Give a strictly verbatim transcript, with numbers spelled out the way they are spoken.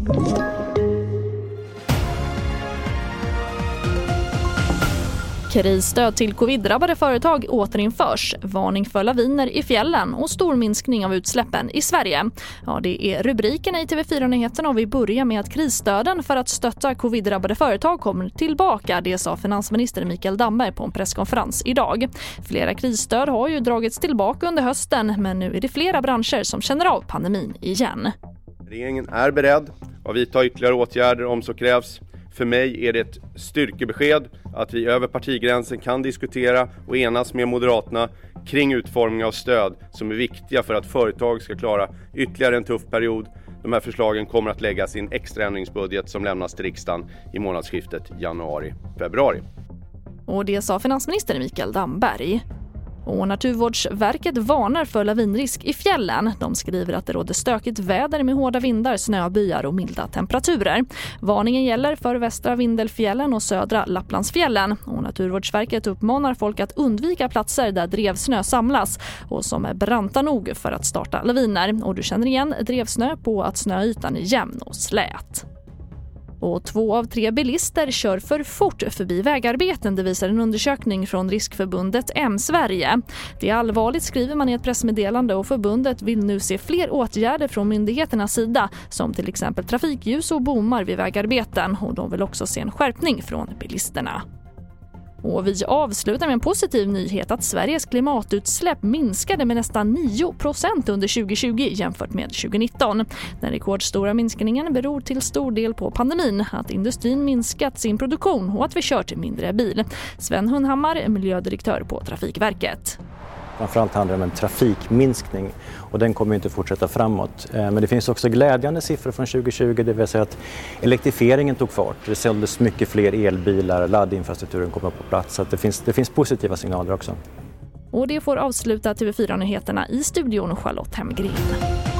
Krisstöd till covid-drabbade företag återinförs, varning för laviner i fjällen och stor minskning av utsläppen i Sverige. Ja, det är rubriken i T V fyra-nyheterna och vi börjar med att krisstöden för att stötta covid-drabbade företag kommer tillbaka. Det sa finansminister Mikael Damberg på en presskonferens idag. Flera krisstöd har ju dragits tillbaka under hösten, men nu är det flera branscher som känner av pandemin igen. Regeringen är beredd att vidta ytterligare åtgärder om så krävs. För mig är det ett styrkebesked att vi över partigränsen kan diskutera och enas med Moderaterna kring utformning av stöd som är viktiga för att företag ska klara ytterligare en tuff period. De här förslagen kommer att läggas i en extra ändringsbudget som lämnas till riksdagen i månadsskiftet januari-februari. Och det sa finansminister Mikael Damberg. Och Naturvårdsverket varnar för lavinrisk i fjällen. De skriver att det råder stökigt väder med hårda vindar, snöbyar och milda temperaturer. Varningen gäller för västra Vindelfjällen och södra Lapplandsfjällen. Och Naturvårdsverket uppmanar folk att undvika platser där drevsnö samlas och som är branta nog för att starta laviner. Och du känner igen drevsnö på att snöytan är jämn och slät. Och två av tre bilister kör för fort förbi vägarbeten, det visar en undersökning från Riskförbundet M-Sverige. Det är allvarligt, skriver man i ett pressmeddelande, och förbundet vill nu se fler åtgärder från myndigheternas sida, som till exempel trafikljus och bommar vid vägarbeten, och de vill också se en skärpning från bilisterna. Och vi avslutar med en positiv nyhet att Sveriges klimatutsläpp minskade med nästan nio procent under tjugo tjugo jämfört med tjugo nitton. Den rekordstora minskningen beror till stor del på pandemin, att industrin minskat sin produktion och att vi kört mindre bil. Sven Hundhammar är miljödirektör på Trafikverket. Framförallt handlar det om en trafikminskning och den kommer inte fortsätta framåt. Men det finns också glädjande siffror från tjugo tjugo, det vill säga att elektrifieringen tog fart. Det såldes mycket fler elbilar, laddinfrastrukturen kommer på plats, så att det finns, det finns positiva signaler också. Och det får avsluta T V fyra-nyheterna i studion Charlotte Hemgren.